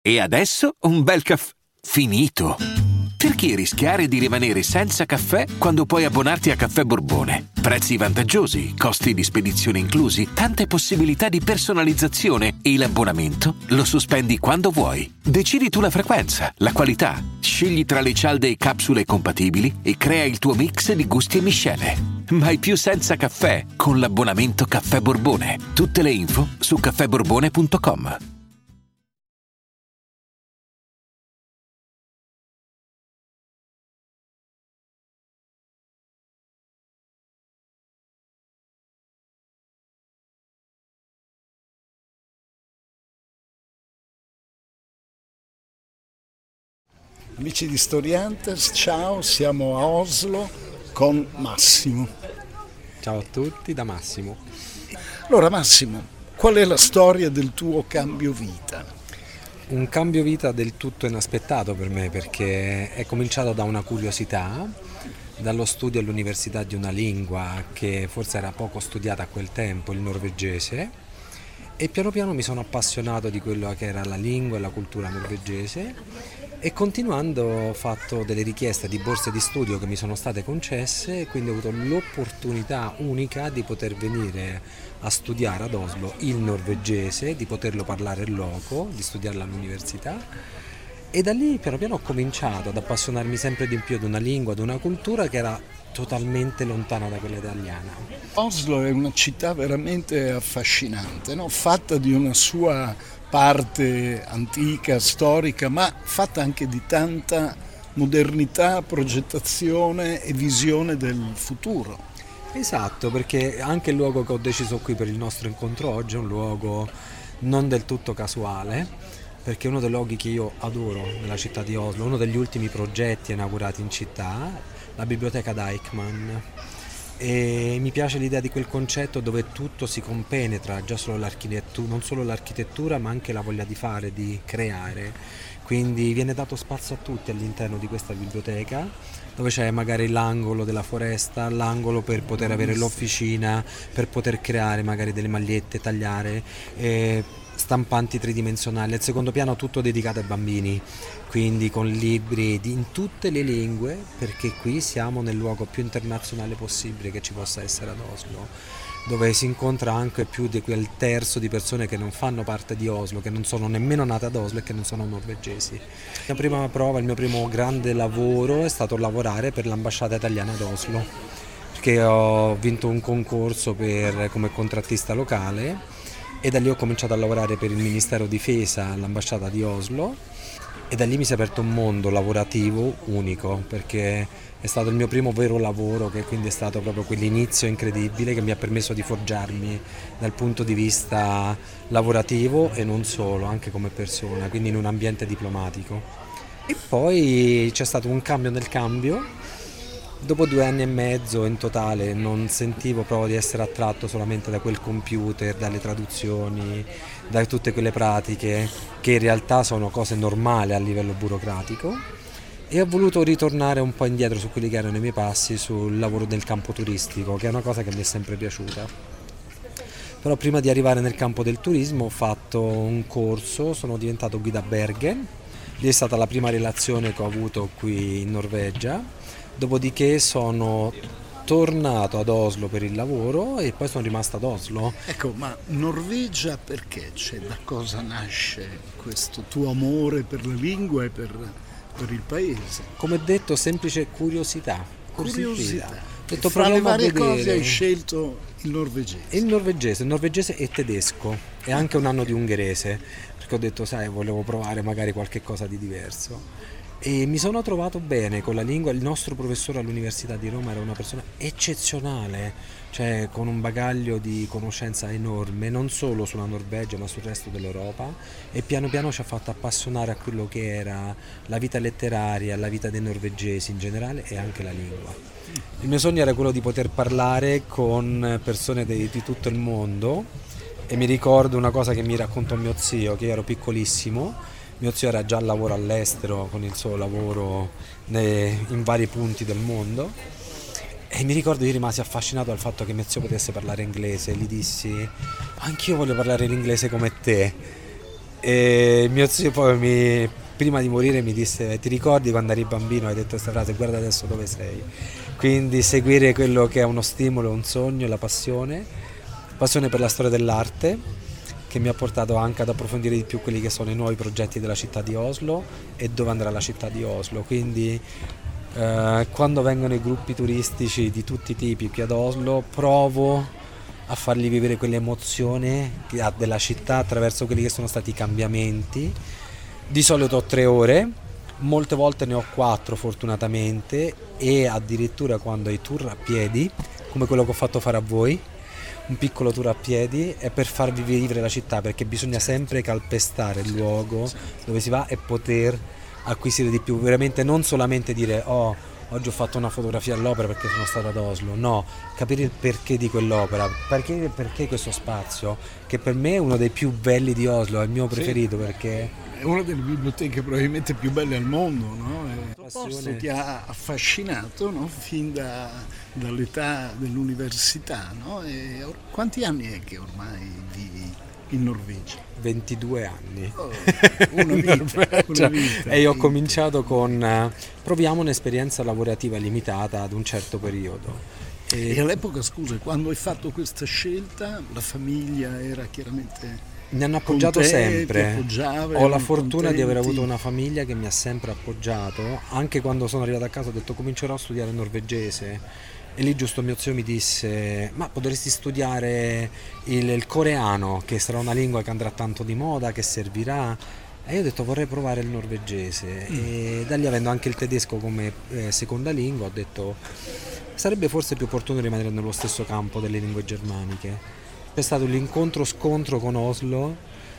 E adesso un bel caffè finito. Perché rischiare di rimanere senza caffè quando puoi abbonarti a Caffè Borbone? Prezzi vantaggiosi, costi di spedizione inclusi, tante possibilità di personalizzazione e l'abbonamento lo sospendi quando vuoi. Decidi tu la frequenza, la qualità, scegli tra le cialde e capsule compatibili e crea il tuo mix di gusti e miscele. Mai più senza caffè con l'abbonamento Caffè Borbone. Tutte le info su caffèborbone.com. Amici di Storyhunters, ciao, siamo a Oslo con Massimo. Ciao a tutti, da Massimo. Allora Massimo, qual è la storia del tuo cambio vita? Un cambio vita del tutto inaspettato per me, perché è cominciato da una curiosità, dallo studio all'università di una lingua che forse era poco studiata a quel tempo, il norvegese, e piano piano mi sono appassionato di quello che era la lingua e la cultura norvegese, e continuando ho fatto delle richieste di borse di studio che mi sono state concesse, e quindi ho avuto l'opportunità unica di poter venire a studiare ad Oslo il norvegese, di poterlo parlare in loco, di studiarlo all'università, e da lì piano piano ho cominciato ad appassionarmi sempre di più ad una lingua, ad una cultura che era totalmente lontana da quella italiana. Oslo è una città veramente affascinante, no? Fatta di una sua parte antica, storica, ma fatta anche di tanta modernità, progettazione e visione del futuro. Esatto, perché anche il luogo che ho deciso qui per il nostro incontro oggi è un luogo non del tutto casuale, perché è uno dei luoghi che io adoro nella città di Oslo, uno degli ultimi progetti inaugurati in città, la biblioteca Deichman. E mi piace l'idea di quel concetto dove tutto si compenetra, già solo l'architettura, non solo l'architettura ma anche la voglia di fare, di creare, quindi viene dato spazio a tutti all'interno di questa biblioteca, dove c'è magari l'angolo della foresta, l'angolo per poter avere l'officina, per poter creare magari delle magliette, tagliare, stampanti tridimensionali. Al secondo piano tutto dedicato ai bambini, quindi con libri in tutte le lingue, perché qui siamo nel luogo più internazionale possibile che ci possa essere ad Oslo, dove si incontra anche più di quel terzo di persone che non fanno parte di Oslo, che non sono nemmeno nate ad Oslo e che non sono norvegesi. La mia prima prova, il mio primo grande lavoro è stato lavorare per l'ambasciata italiana ad Oslo, perché ho vinto un concorso come contrattista locale, e da lì ho cominciato a lavorare per il Ministero Difesa all'ambasciata di Oslo, e da lì mi si è aperto un mondo lavorativo unico, perché è stato il mio primo vero lavoro, che quindi è stato proprio quell'inizio incredibile che mi ha permesso di forgiarmi dal punto di vista lavorativo e non solo, anche come persona, quindi in un ambiente diplomatico. E poi c'è stato un cambio nel cambio. Dopo 2 anni e mezzo in totale non sentivo proprio di essere attratto solamente da quel computer, dalle traduzioni, da tutte quelle pratiche che in realtà sono cose normali a livello burocratico, e ho voluto ritornare un po' indietro su quelli che erano i miei passi sul lavoro del campo turistico, che è una cosa che mi è sempre piaciuta. Però prima di arrivare nel campo del turismo ho fatto un corso, sono diventato guida a Bergen, lì è stata la prima relazione che ho avuto qui in Norvegia. Dopodiché sono tornato ad Oslo per il lavoro e poi sono rimasto ad Oslo. Ecco, ma Norvegia perché? Cioè, da cosa nasce questo tuo amore per la lingua e per il paese? Come detto, semplice curiosità. Curiosità. Detto, fra le varie vedere. cose hai scelto il norvegese. Il norvegese e tedesco, e anche un anno di ungherese, perché ho detto, sai, volevo provare magari qualche cosa di diverso. E mi sono trovato bene con la lingua. Il nostro professore all'Università di Roma era una persona eccezionale, cioè con un bagaglio di conoscenza enorme, non solo sulla Norvegia ma sul resto dell'Europa, e piano piano ci ha fatto appassionare a quello che era la vita letteraria, la vita dei norvegesi in generale e anche la lingua. Il mio sogno era quello di poter parlare con persone di tutto il mondo, e mi ricordo una cosa che mi raccontò mio zio, che io ero piccolissimo. Mio zio era già al lavoro all'estero con il suo lavoro in vari punti del mondo, e mi ricordo io rimasi affascinato dal fatto che mio zio potesse parlare inglese. Gli dissi, anch'io voglio parlare l'inglese come te. E mio zio poi prima di morire mi disse: ti ricordi quando eri bambino hai detto questa frase, guarda adesso dove sei. Quindi seguire quello che è uno stimolo, un sogno, la passione per la storia dell'arte, che mi ha portato anche ad approfondire di più quelli che sono i nuovi progetti della città di Oslo e dove andrà la città di Oslo. Quindi quando vengono i gruppi turistici di tutti i tipi qui ad Oslo, provo a fargli vivere quell'emozione della città attraverso quelli che sono stati i cambiamenti. Di solito ho 3 ore, molte volte ne ho 4 fortunatamente, e addirittura quando i tour a piedi, come quello che ho fatto fare a voi, un piccolo tour a piedi, è per farvi vivere la città, perché bisogna sempre calpestare il luogo dove si va e poter acquisire di più, veramente non solamente dire oggi ho fatto una fotografia all'opera perché sono stato ad Oslo, no, capire il perché di quell'opera, perché questo spazio, che per me è uno dei più belli di Oslo, è il mio preferito, perché è una delle biblioteche probabilmente più belle al mondo, no? È un posto che ha affascinato, no? Fin dall'età dell'università, no? E quanti anni è che ormai vivi in Norvegia? 22 anni. Una vita. E io ho cominciato con proviamo un'esperienza lavorativa limitata ad un certo periodo. E all'epoca, scusa, quando hai fatto questa scelta, la famiglia era chiaramente... Mi hanno appoggiato sempre, ho la fortuna contenti. di aver avuto una famiglia che mi ha sempre appoggiato, anche quando sono arrivato a casa ho detto comincerò a studiare norvegese, e lì giusto mio zio mi disse: ma potresti studiare il coreano, che sarà una lingua che andrà tanto di moda, che servirà. E io ho detto vorrei provare il norvegese, e da lì, avendo anche il tedesco come seconda lingua, ho detto sarebbe forse più opportuno rimanere nello stesso campo delle lingue germaniche. È stato l'incontro-scontro con Oslo,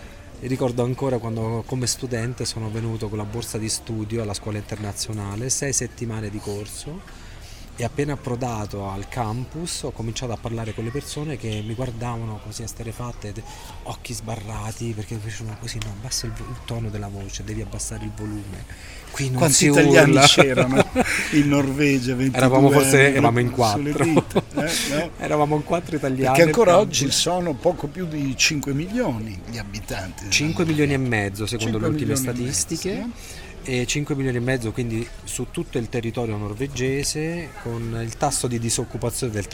e ricordo ancora quando come studente sono venuto con la borsa di studio alla scuola internazionale, 6 settimane di corso, e appena approdato al campus ho cominciato a parlare con le persone che mi guardavano così esterrefatte, occhi sbarrati, perché facevano così: no, abbassa il tono della voce, devi abbassare il volume. Qui non Quanti si italiani urla. c'erano in Norvegia? 22 eravamo in 4. No? Eravamo in 4 italiani. Perché ancora oggi sono poco più di 5 milioni gli abitanti. 5 milioni e mezzo secondo le ultime milioni e statistiche. mezzo, E 5 milioni e mezzo quindi su tutto il territorio norvegese, con il tasso di disoccupazione del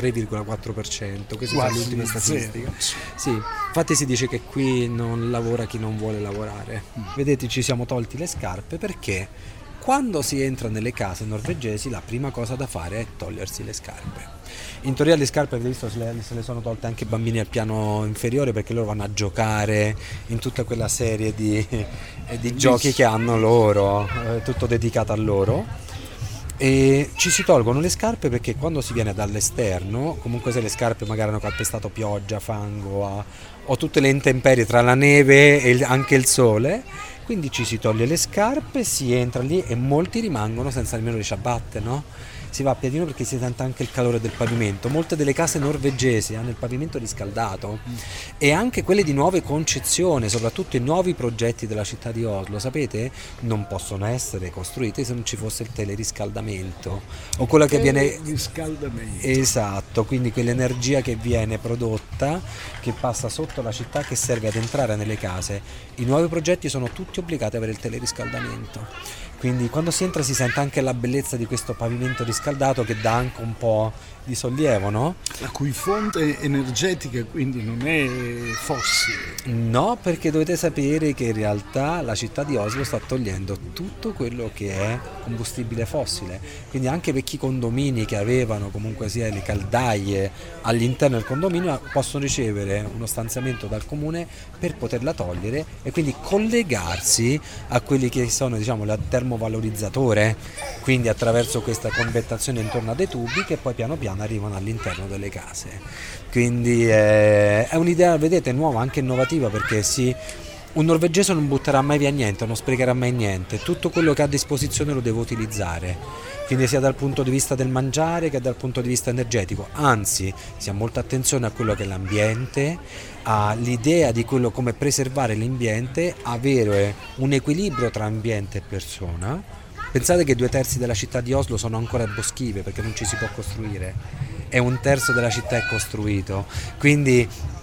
3,4%, queste sono le ultime statistiche. Sì, infatti si dice che qui non lavora chi non vuole lavorare. Vedete, ci siamo tolti le scarpe, perché quando si entra nelle case norvegesi la prima cosa da fare è togliersi le scarpe. In teoria le scarpe, avete visto, se le sono tolte anche i bambini al piano inferiore, perché loro vanno a giocare in tutta quella serie di giochi che hanno loro, tutto dedicato a loro. E ci si tolgono le scarpe perché quando si viene dall'esterno, comunque se le scarpe magari hanno calpestato pioggia, fango o tutte le intemperie tra la neve e anche il sole, quindi ci si toglie le scarpe, si entra lì e molti rimangono senza nemmeno le ciabatte, no? Si va a piedino perché si sente anche il calore del pavimento. Molte delle case norvegesi hanno il pavimento riscaldato, e anche quelle di nuove concezione, soprattutto i nuovi progetti della città di Oslo, sapete, non possono essere costruiti se non ci fosse il teleriscaldamento o quello che viene riscaldamento. Esatto, quindi quell'energia che viene prodotta, che passa sotto la città, che serve ad entrare nelle case. I nuovi progetti sono tutti obbligati ad avere il teleriscaldamento. Quindi quando si entra si sente anche la bellezza di questo pavimento riscaldato, che dà anche un po' di sollievo, no? La cui fonte energetica quindi non è fossile. No, perché dovete sapere che in realtà la città di Oslo sta togliendo tutto quello che è combustibile fossile, quindi anche vecchi condomini che avevano comunque sia le caldaie all'interno del condominio possono ricevere uno stanziamento dal comune per poterla togliere e quindi collegarsi a quelli che sono, diciamo, il termovalorizzatore, quindi attraverso questa convettazione intorno a dei tubi che poi piano piano arrivano all'interno delle case. Quindi è un'idea, vedete, nuova, anche innovativa, perché un norvegese non butterà mai via niente, non sprecherà mai niente, tutto quello che ha a disposizione lo deve utilizzare, quindi sia dal punto di vista del mangiare che dal punto di vista energetico. Anzi, si ha molta attenzione a quello che è l'ambiente, all'idea di quello come preservare l'ambiente, avere un equilibrio tra ambiente e persona. Pensate che 2/3 della città di Oslo sono ancora boschive perché non ci si può costruire, e 1/3 della città è costruito, quindi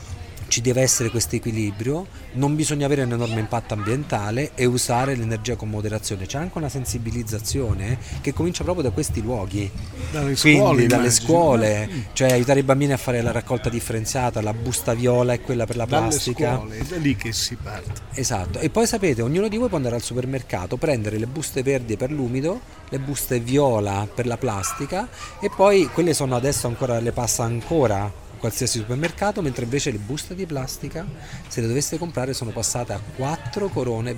ci deve essere questo equilibrio, non bisogna avere un enorme impatto ambientale e usare l'energia con moderazione. C'è anche una sensibilizzazione che comincia proprio da questi luoghi, quindi dalle scuole, cioè aiutare i bambini a fare la raccolta differenziata, la busta viola e quella per la plastica. Dalle scuole, è da lì che si parte. Esatto, e poi sapete, ognuno di voi può andare al supermercato, prendere le buste verdi per l'umido, le buste viola per la plastica, e poi quelle sono adesso ancora, le passa ancora qualsiasi supermercato, mentre invece le buste di plastica, se le doveste comprare, sono passate a 4,25 corone,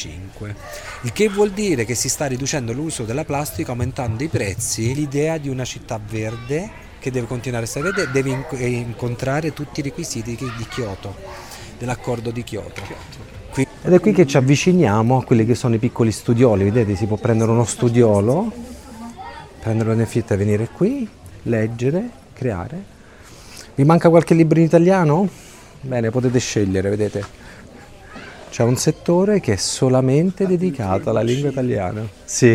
il che vuol dire che si sta riducendo l'uso della plastica, aumentando i prezzi. L'idea di una città verde che deve continuare a essere verde deve incontrare tutti i requisiti di Kyoto, dell'accordo di Kyoto. Ed è qui che ci avviciniamo a quelli che sono i piccoli studioli. Vedete, si può prendere uno studiolo, prenderlo in affitto e venire qui, leggere, creare. Vi manca qualche libro in italiano? Bene, potete scegliere, vedete. C'è un settore che è solamente dedicato alla lingua italiana. Sì.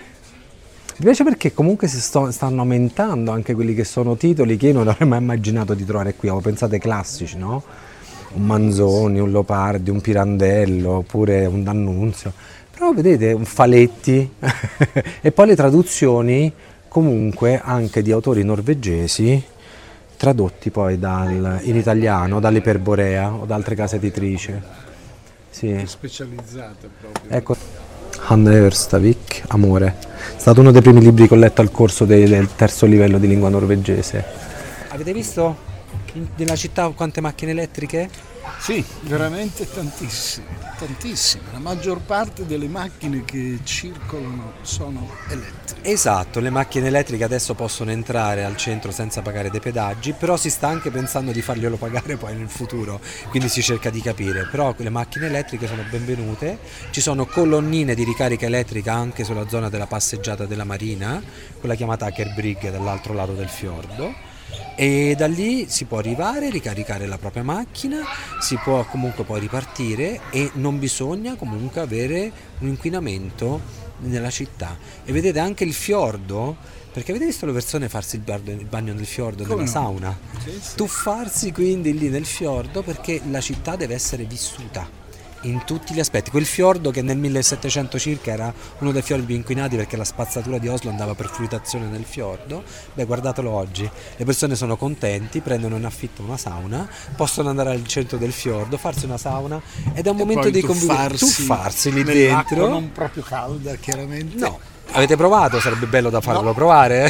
Mi piace perché comunque stanno aumentando anche quelli che sono titoli che io non avrei mai immaginato di trovare qui. Pensate classici, no? Un Manzoni, un Leopardi, un Pirandello, oppure un D'Annunzio. Però vedete, un Faletti. E poi le traduzioni comunque anche di autori norvegesi, tradotti poi in italiano dall'Iperborea o da altre case editrici. Sì. Specializzate proprio. Ecco, Hanne Ørstavik, Amore. È stato uno dei primi libri che ho letto al corso del terzo livello di lingua norvegese. Avete visto nella città quante macchine elettriche? Sì, veramente tantissime, tantissime. La maggior parte delle macchine che circolano sono elettriche. Esatto, le macchine elettriche adesso possono entrare al centro senza pagare dei pedaggi, però si sta anche pensando di farglielo pagare poi nel futuro, quindi si cerca di capire. Però le macchine elettriche sono benvenute, ci sono colonnine di ricarica elettrica anche sulla zona della passeggiata della Marina, quella chiamata Akerbrygge dall'altro lato del fiordo. E da lì si può arrivare, ricaricare la propria macchina, si può comunque poi ripartire e non bisogna comunque avere un inquinamento nella città. E vedete anche il fiordo, perché avete visto le persone farsi il bagno nel fiordo, nella sauna? Sì. Tuffarsi quindi lì nel fiordo, perché la città deve essere vissuta in tutti gli aspetti. Quel fiordo che nel 1700 circa era uno dei fiordi più inquinati perché la spazzatura di Oslo andava per fluidazione nel fiordo, guardatelo oggi, le persone sono contenti, prendono in affitto una sauna, possono andare al centro del fiordo, farsi una sauna ed è un momento di tuffarsi lì dentro. Non proprio calda, chiaramente. No. Avete provato? Sarebbe bello da farlo provare.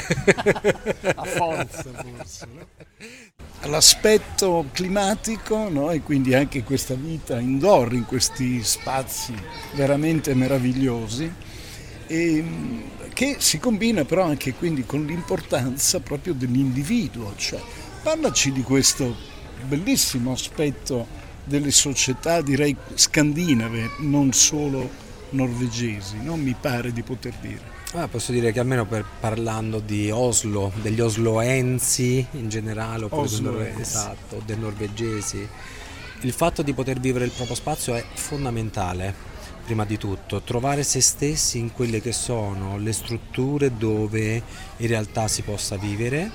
A forza forse, no? L'aspetto climatico, no? E quindi anche questa vita indoor in questi spazi veramente meravigliosi, e che si combina però anche quindi con l'importanza proprio dell'individuo. Cioè, parlaci di questo bellissimo aspetto delle società, direi scandinave, non solo norvegesi, non mi pare di poter dire. Posso dire che almeno parlando di Oslo, degli osloensi in generale, oppure esatto, dei norvegesi, il fatto di poter vivere il proprio spazio è fondamentale. Prima di tutto, trovare se stessi in quelle che sono le strutture dove in realtà si possa vivere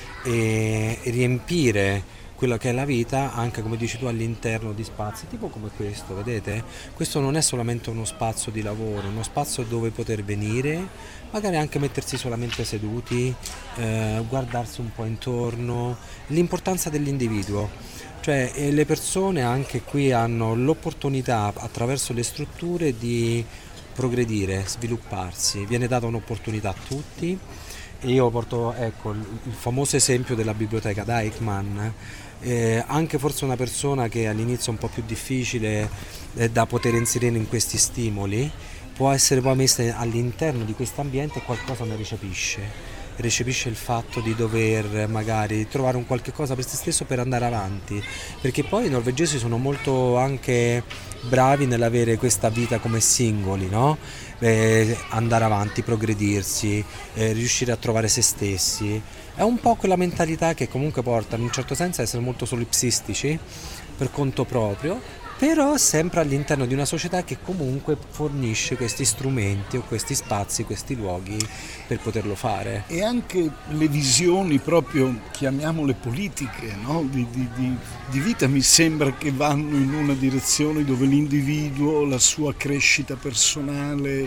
e riempire quella che è la vita anche, come dici tu, all'interno di spazi tipo come questo, vedete? Questo non è solamente uno spazio di lavoro, uno spazio dove poter venire, magari anche mettersi solamente seduti, guardarsi un po' intorno, l'importanza dell'individuo. Cioè le persone anche qui hanno l'opportunità attraverso le strutture di progredire, svilupparsi, viene data un'opportunità a tutti. E io porto il famoso esempio della biblioteca Dijkman, anche forse una persona che all'inizio è un po' più difficile da poter inserire in questi stimoli, può essere poi messa all'interno di questo ambiente e qualcosa ne recepisce il fatto di dover magari trovare un qualche cosa per se stesso per andare avanti, perché poi i norvegesi sono molto anche bravi nell'avere questa vita come singoli, no? Andare avanti, progredirsi, riuscire a trovare se stessi, è un po' quella mentalità che comunque porta in un certo senso a essere molto solipsistici per conto proprio, però sempre all'interno di una società che comunque fornisce questi strumenti o questi spazi, questi luoghi per poterlo fare. E anche le visioni proprio, chiamiamole politiche, no? di vita mi sembra che vanno in una direzione dove l'individuo, la sua crescita personale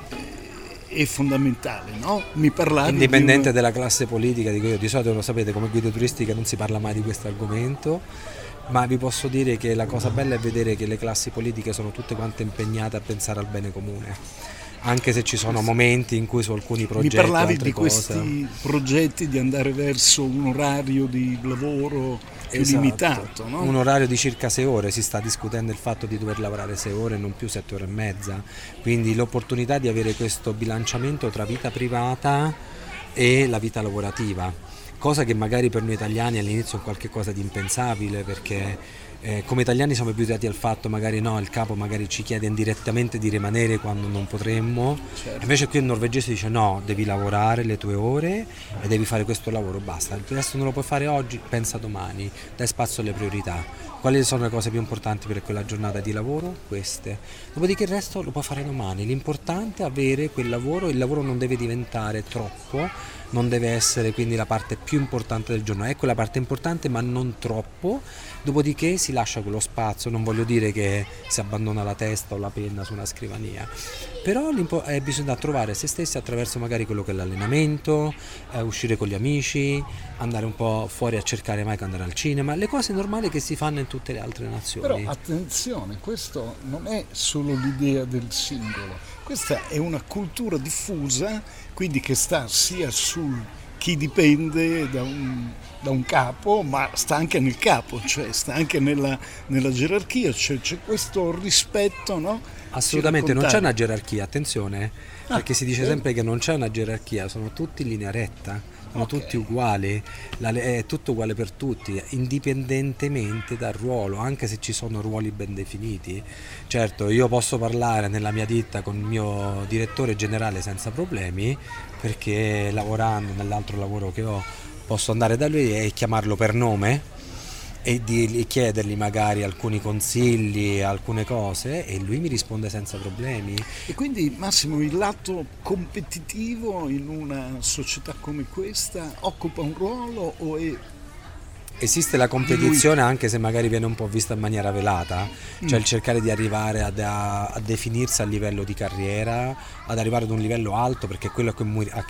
è fondamentale, no? Mi parlavi indipendente della classe politica, dico io, di solito lo sapete, come guida turistica non si parla mai di questo argomento, ma vi posso dire che la cosa bella è vedere che le classi politiche sono tutte quante impegnate a pensare al bene comune, anche se ci sono momenti in cui su alcuni progetti mi parlavi altre di cose. Questi progetti di andare verso un orario di lavoro più limitato, no? Un orario di circa 6 ore, si sta discutendo il fatto di dover lavorare 6 ore, non più 7 ore e mezza, quindi l'opportunità di avere questo bilanciamento tra vita privata e la vita lavorativa, cosa che magari per noi italiani all'inizio è qualche cosa di impensabile, perché come italiani siamo abituati al fatto magari no, il capo magari ci chiede indirettamente di rimanere quando non potremmo, certo. Invece qui il norvegese dice no, devi lavorare le tue ore e devi fare questo lavoro, basta, il resto non lo puoi fare oggi, pensa domani, dai spazio alle priorità. Quali sono le cose più importanti per quella giornata di lavoro? Queste. Dopodiché il resto lo puoi fare domani, l'importante è avere quel lavoro, il lavoro non deve diventare troppo, non deve essere quindi la parte più importante del giorno, è quella parte importante ma non troppo, dopodiché si lascia quello spazio, non voglio dire che si abbandona la testa o la penna su una scrivania, però bisogna trovare se stessi attraverso magari quello che è l'allenamento, uscire con gli amici, andare un po' fuori a cercare mai che andare al cinema, le cose normali che si fanno in tutte le altre nazioni. Però attenzione, questo non è solo l'idea del singolo, questa è una cultura diffusa, quindi che sta sia sul chi dipende da un capo, ma sta anche nel capo, cioè sta anche nella gerarchia, cioè c'è questo rispetto, no? Assolutamente, non c'è una gerarchia, attenzione, perché si dice sempre che non c'è una gerarchia, sono tutti in linea retta, sono tutti uguali, è tutto uguale per tutti, indipendentemente dal ruolo, anche se ci sono ruoli ben definiti. Certo, io posso parlare nella mia ditta con il mio direttore generale senza problemi, perché lavorando nell'altro lavoro che ho posso andare da lui e chiamarlo per nome e di chiedergli magari alcuni consigli, alcune cose, e lui mi risponde senza problemi. E quindi Massimo, il lato competitivo in una società come questa occupa un ruolo o è... Esiste la competizione anche se magari viene un po' vista in maniera velata, cioè il cercare di arrivare a definirsi a livello di carriera, ad arrivare ad un livello alto, perché è quello a cui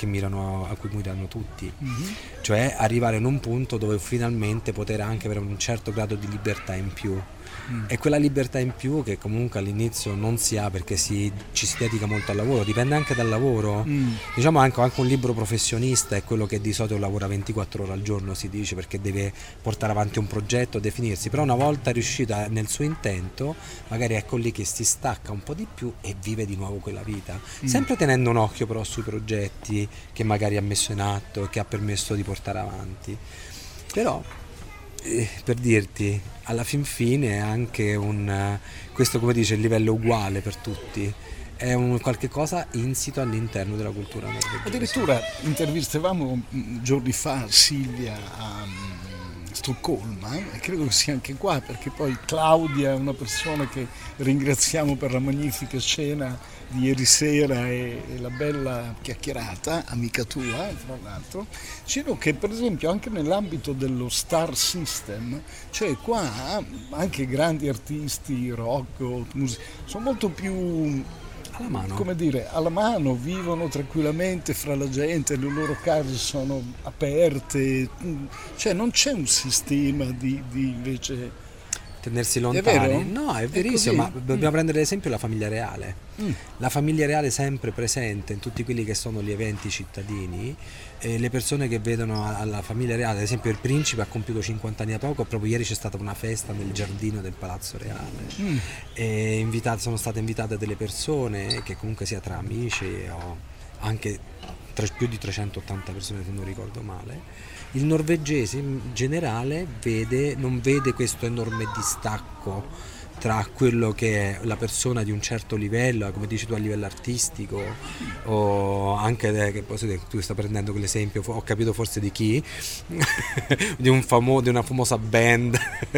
mirano tutti, cioè arrivare in un punto dove finalmente poter anche avere un certo grado di libertà in più. E quella libertà in più che comunque all'inizio non si ha, perché ci si dedica molto al lavoro, dipende anche dal lavoro. Diciamo anche un libero professionista è quello che di solito lavora 24 ore al giorno, si dice, perché deve portare avanti un progetto, definirsi, però una volta riuscita nel suo intento magari ecco lì che si stacca un po' di più e vive di nuovo quella vita, sempre tenendo un occhio però sui progetti che magari ha messo in atto e che ha permesso di portare avanti. Però per dirti, alla fin fine è anche questo, come dice, il livello uguale per tutti, è un qualche cosa insito all'interno della cultura norvegese. Addirittura intervistavamo giorni fa Silvia a Stoccolma e credo che sia anche qua, perché poi Claudia è una persona che ringraziamo per la magnifica cena di ieri sera e la bella chiacchierata, amica tua tra l'altro. Dicevo che per esempio anche nell'ambito dello star system, cioè qua anche grandi artisti rock o musica sono molto più alla mano. Come dire, alla mano, vivono tranquillamente fra la gente, le loro case sono aperte, cioè non c'è un sistema di invece tenersi lontani. È vero? No, è verissimo, ma dobbiamo prendere ad esempio la famiglia reale. La famiglia reale è sempre presente in tutti quelli che sono gli eventi cittadini, e le persone che vedono alla famiglia reale, ad esempio il principe ha compiuto 50 anni da poco, proprio ieri c'è stata una festa nel giardino del Palazzo Reale, e sono state invitate delle persone che comunque sia tra amici o anche più di 380 persone se non ricordo male. Il norvegese in generale non vede questo enorme distacco tra quello che è la persona di un certo livello, come dici tu, a livello artistico, o anche che posso dire, tu stai prendendo quell'esempio, ho capito forse di chi, di una famosa band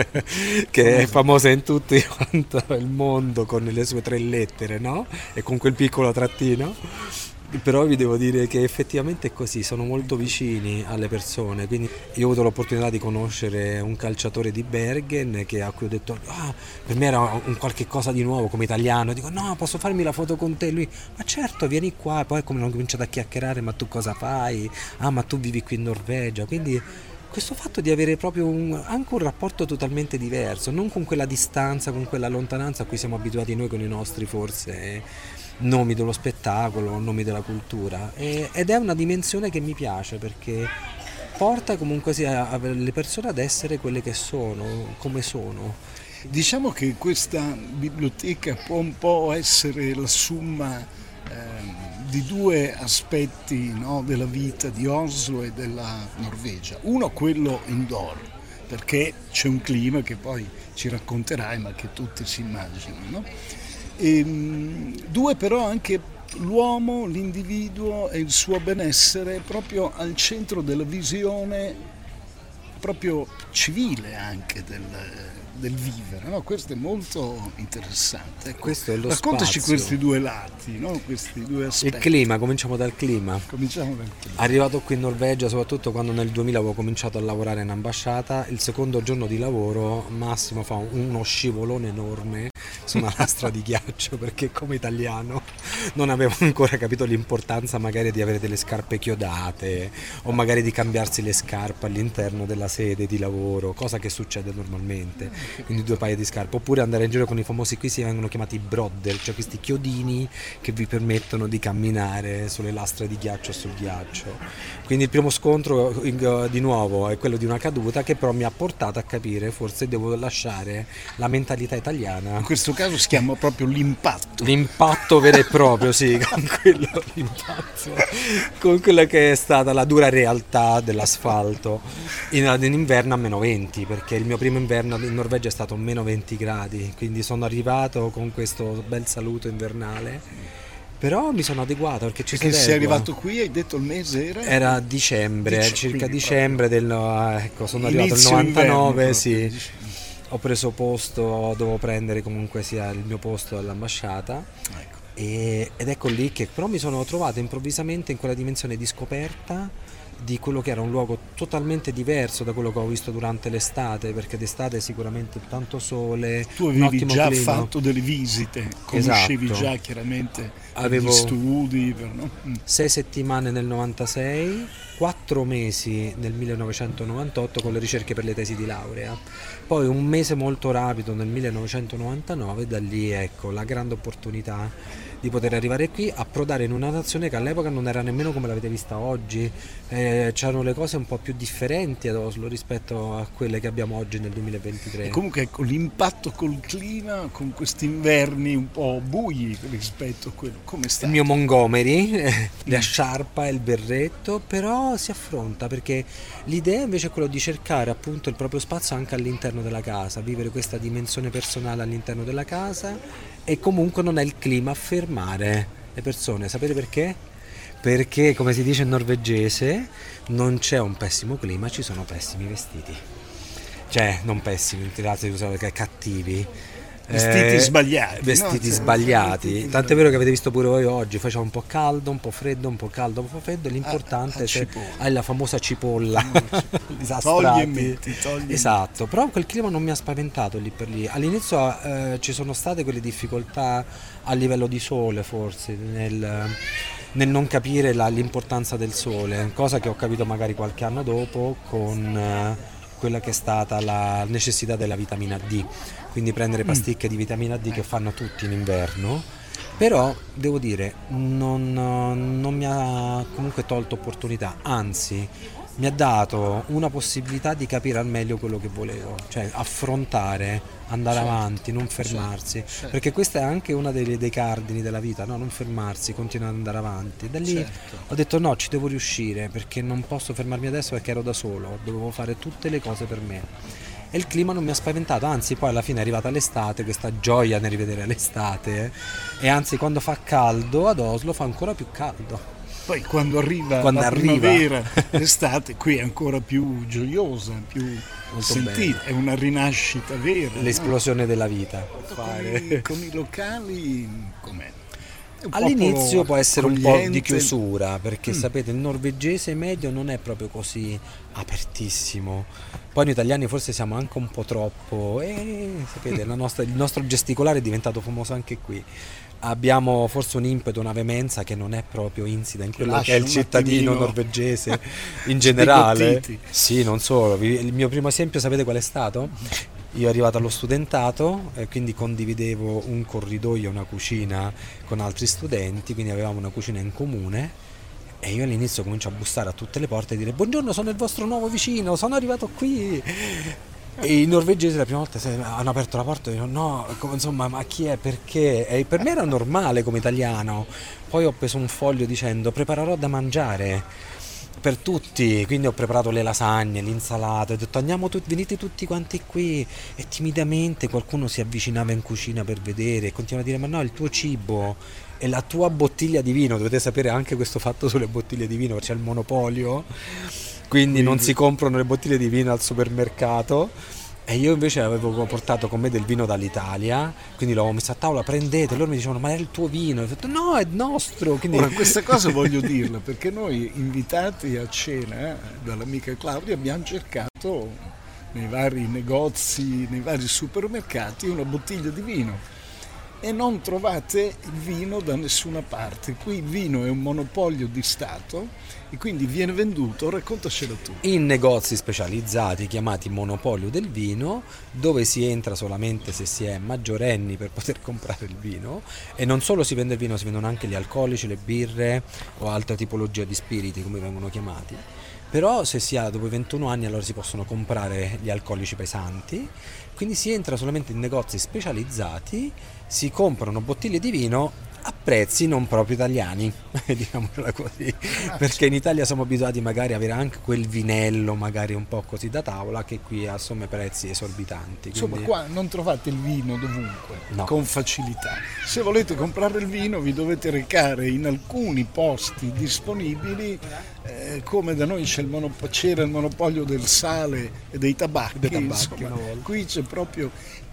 che è famosa in tutto il mondo con le sue 3 lettere, no? E con quel piccolo trattino. Però vi devo dire che effettivamente è così, sono molto vicini alle persone, quindi io ho avuto l'opportunità di conoscere un calciatore di Bergen a cui ho detto per me era un qualche cosa di nuovo come italiano, dico no, posso farmi la foto con te? Lui, ma certo, vieni qua. E poi come hanno cominciato a chiacchierare, ma tu cosa fai? Ah, ma tu vivi qui in Norvegia, quindi questo fatto di avere proprio anche un rapporto totalmente diverso, non con quella distanza, con quella lontananza a cui siamo abituati noi con i nostri forse nomi dello spettacolo, nomi della cultura, ed è una dimensione che mi piace perché porta comunque sia le persone ad essere quelle che sono, come sono. Diciamo che questa biblioteca può un po' essere la summa di 2 aspetti, no, della vita di Oslo e della Norvegia. Uno, quello indoor, perché c'è un clima che poi ci racconterai ma che tutti si immaginano, no? E 2, però anche l'uomo, l'individuo e il suo benessere proprio al centro della visione proprio civile anche del vivere, no? Questo è molto interessante. Ecco, questo è lo raccontaci spazio. Questi 2 lati, no? Questi 2 aspetti. Il clima, cominciamo dal clima. Arrivato qui in Norvegia, soprattutto quando nel 2000 avevo cominciato a lavorare in ambasciata, il secondo giorno di lavoro Massimo fa uno scivolone enorme su una lastra di ghiaccio, perché come italiano non avevo ancora capito l'importanza magari di avere delle scarpe chiodate o magari di cambiarsi le scarpe all'interno della sede di lavoro, cosa che succede normalmente, quindi 2 paia di scarpe, oppure andare in giro con i famosi, qui si vengono chiamati brodder, cioè questi chiodini che vi permettono di camminare sulle lastre di ghiaccio o sul ghiaccio. Quindi il primo scontro di nuovo è quello di una caduta che però mi ha portato a capire forse devo lasciare la mentalità italiana. In questo caso si chiama proprio l'impatto vero e proprio, sì, con quella che è stata la dura realtà dell'asfalto in inverno a -20, perché il mio primo inverno in Norvegia è stato -20 gradi, quindi sono arrivato con questo bel saluto invernale. Però mi sono adeguato perché ci sei arrivato qui, hai detto il mese era dicembre, circa dicembre sono arrivato nel 99, sì. Ho preso posto, dovevo prendere comunque sia il mio posto all'ambasciata, ecco. Ed ecco lì che però mi sono trovato improvvisamente in quella dimensione di scoperta di quello che era un luogo totalmente diverso da quello che ho visto durante l'estate, perché d'estate sicuramente tanto sole, tu avevi già fatto delle visite, conoscevi già chiaramente gli studi, no? 6 settimane nel 96, 4 mesi nel 1998 con le ricerche per le tesi di laurea, poi un mese molto rapido nel 1999, da lì ecco la grande opportunità di poter arrivare qui, approdare in una nazione che all'epoca non era nemmeno come l'avete vista oggi, c'erano le cose un po' più differenti ad Oslo rispetto a quelle che abbiamo oggi nel 2023. E comunque ecco l'impatto col clima, con questi inverni un po' bui rispetto a quello, come sta? Il mio Montgomery, la sciarpa e il berretto, però si affronta, perché l'idea invece è quella di cercare appunto il proprio spazio anche all'interno della casa, vivere questa dimensione personale all'interno della casa, e comunque non è il clima a fermare le persone. Sapete perché? Perché come si dice in norvegese non c'è un pessimo clima, ci sono pessimi vestiti, cioè non pessimi, cattivi, vestiti sbagliati, vestiti sbagliati. Tant'è vero che avete visto pure voi oggi, faceva un po' caldo, un po' freddo, un po' caldo, un po' freddo. L'importante è hai la famosa cipolla, togli e metti. Esatto, però quel clima non mi ha spaventato lì per lì. All'inizio ci sono state quelle difficoltà a livello di sole, forse nel non capire l'importanza del sole, cosa che ho capito magari qualche anno dopo con quella che è stata la necessità della vitamina D, quindi prendere pasticche di vitamina D che fanno tutti in inverno. Però devo dire non mi ha comunque tolto opportunità, anzi mi ha dato una possibilità di capire al meglio quello che volevo, cioè affrontare, andare avanti, non fermarsi, perché questa è anche una dei cardini della vita, no? Non fermarsi, continuare ad andare avanti. Da lì ho detto no, ci devo riuscire, perché non posso fermarmi adesso perché ero da solo, dovevo fare tutte le cose per me. e il clima non mi ha spaventato, anzi poi alla fine è arrivata l'estate, questa gioia nel rivedere l'estate, e anzi quando fa caldo ad Oslo fa ancora più caldo. Poi quando arriva la primavera, l'estate, qui è ancora più gioiosa, più molto sentita, è una rinascita vera. L'esplosione della vita. Con i locali com'è? All'inizio può essere un po' di chiusura, perché sapete il norvegese medio non è proprio così apertissimo. Poi noi italiani forse siamo anche un po' troppo, sapete, il nostro gesticolare è diventato famoso anche qui. Abbiamo forse un impeto, una veemenza che non è proprio insita in quello che è il cittadino norvegese in generale. Sì, non solo. Il mio primo esempio sapete qual è stato? Io arrivato allo studentato, quindi condividevo un corridoio, una cucina con altri studenti, quindi avevamo una cucina in comune, e io all'inizio comincio a bussare a tutte le porte e dire: buongiorno, sono il vostro nuovo vicino, sono arrivato qui. E i norvegesi la prima volta hanno aperto la porta e dicono: no, insomma, ma chi è, perché? E per me era normale come italiano. Poi ho preso un foglio dicendo: preparerò da mangiare per tutti, quindi ho preparato le lasagne, l'insalata, ho detto venite tutti quanti qui, e timidamente qualcuno si avvicinava in cucina per vedere e continuava a dire: ma no, il tuo cibo e la tua bottiglia di vino, dovete sapere anche questo fatto sulle bottiglie di vino, c'è il monopolio, quindi non si comprano le bottiglie di vino al supermercato. E io invece avevo portato con me del vino dall'Italia, quindi l'avevo messo a tavola, prendete, loro mi dicevano: ma è il tuo vino? E ho detto: no, è nostro. Quindi... Ora, questa cosa voglio dirla, perché noi invitati a cena dall'amica Claudia abbiamo cercato nei vari negozi, nei vari supermercati una bottiglia di vino, e non trovate il vino da nessuna parte. Qui il vino è un monopolio di Stato e quindi viene venduto, raccontacelo tu. In negozi specializzati chiamati monopolio del vino, dove si entra solamente se si è maggiorenni per poter comprare il vino, e non solo si vende il vino, si vendono anche gli alcolici, le birre o altre tipologie di spiriti, come vengono chiamati. Però se si ha dopo i 21 anni allora si possono comprare gli alcolici pesanti, quindi si entra solamente in negozi specializzati, si comprano bottiglie di vino a prezzi non proprio italiani, diciamola così, perché in Italia siamo abituati magari a avere anche quel vinello magari un po' così da tavola, che qui ha insomma prezzi esorbitanti. Insomma, qua non trovate il vino dovunque, no, con facilità. Se volete comprare il vino vi dovete recare in alcuni posti disponibili, come da noi c'era il monopolio del sale e dei tabacchi, insomma, qui c'è proprio...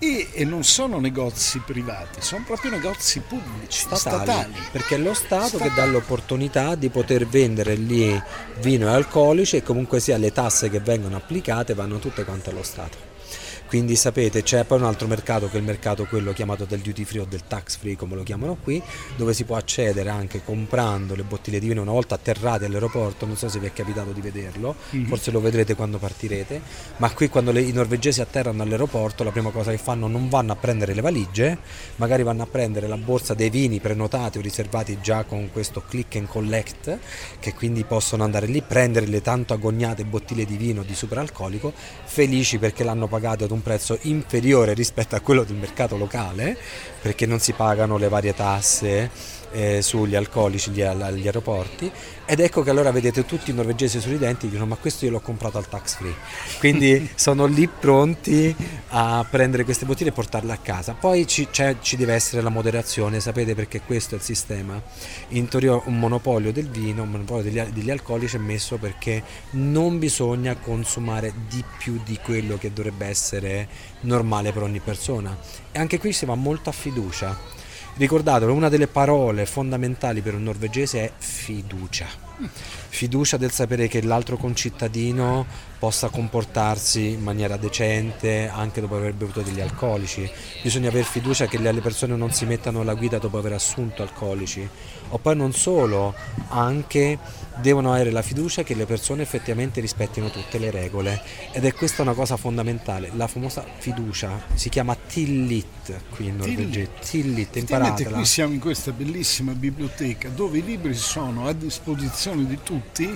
E non sono negozi privati, sono proprio negozi pubblici, statali. Perché è lo Stato che dà l'opportunità di poter vendere lì vino e alcolici, e comunque sia le tasse che vengono applicate vanno tutte quante allo Stato. Quindi sapete, c'è poi un altro mercato, che è il mercato quello chiamato del duty free o del tax free, come lo chiamano qui, dove si può accedere anche comprando le bottiglie di vino una volta atterrati all'aeroporto. Non so se vi è capitato di vederlo, forse lo vedrete quando partirete, ma qui quando i norvegesi atterrano all'aeroporto la prima cosa che fanno, non vanno a prendere le valigie, magari vanno a prendere la borsa dei vini prenotati o riservati già con questo click and collect, che quindi possono andare lì, prendere le tanto agognate bottiglie di vino di superalcolico, felici perché l'hanno pagato ad un prezzo inferiore rispetto a quello del mercato locale, perché non si pagano le varie tasse sugli alcolici agli aeroporti. Ed ecco che allora vedete tutti i norvegesi sorridenti, dicono: ma questo io l'ho comprato al tax free, quindi sono lì pronti a prendere queste bottiglie e portarle a casa. Poi ci deve essere la moderazione, sapete, perché questo è il sistema. In teoria un monopolio del vino, un monopolio degli alcolici è messo perché non bisogna consumare di più di quello che dovrebbe essere normale per ogni persona, e anche qui si va molto a fiducia. Ricordatelo, una delle parole fondamentali per un norvegese è fiducia. Fiducia del sapere che l'altro concittadino possa comportarsi in maniera decente anche dopo aver bevuto degli alcolici. Bisogna avere fiducia che le persone non si mettano alla guida dopo aver assunto alcolici. O poi non solo, anche devono avere la fiducia che le persone effettivamente rispettino tutte le regole, ed è questa una cosa fondamentale, la famosa fiducia, si chiama tillit qui in Norvegia. Tillit, imparatela. Qui siamo in questa bellissima biblioteca dove i libri sono a disposizione di tutti,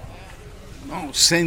no,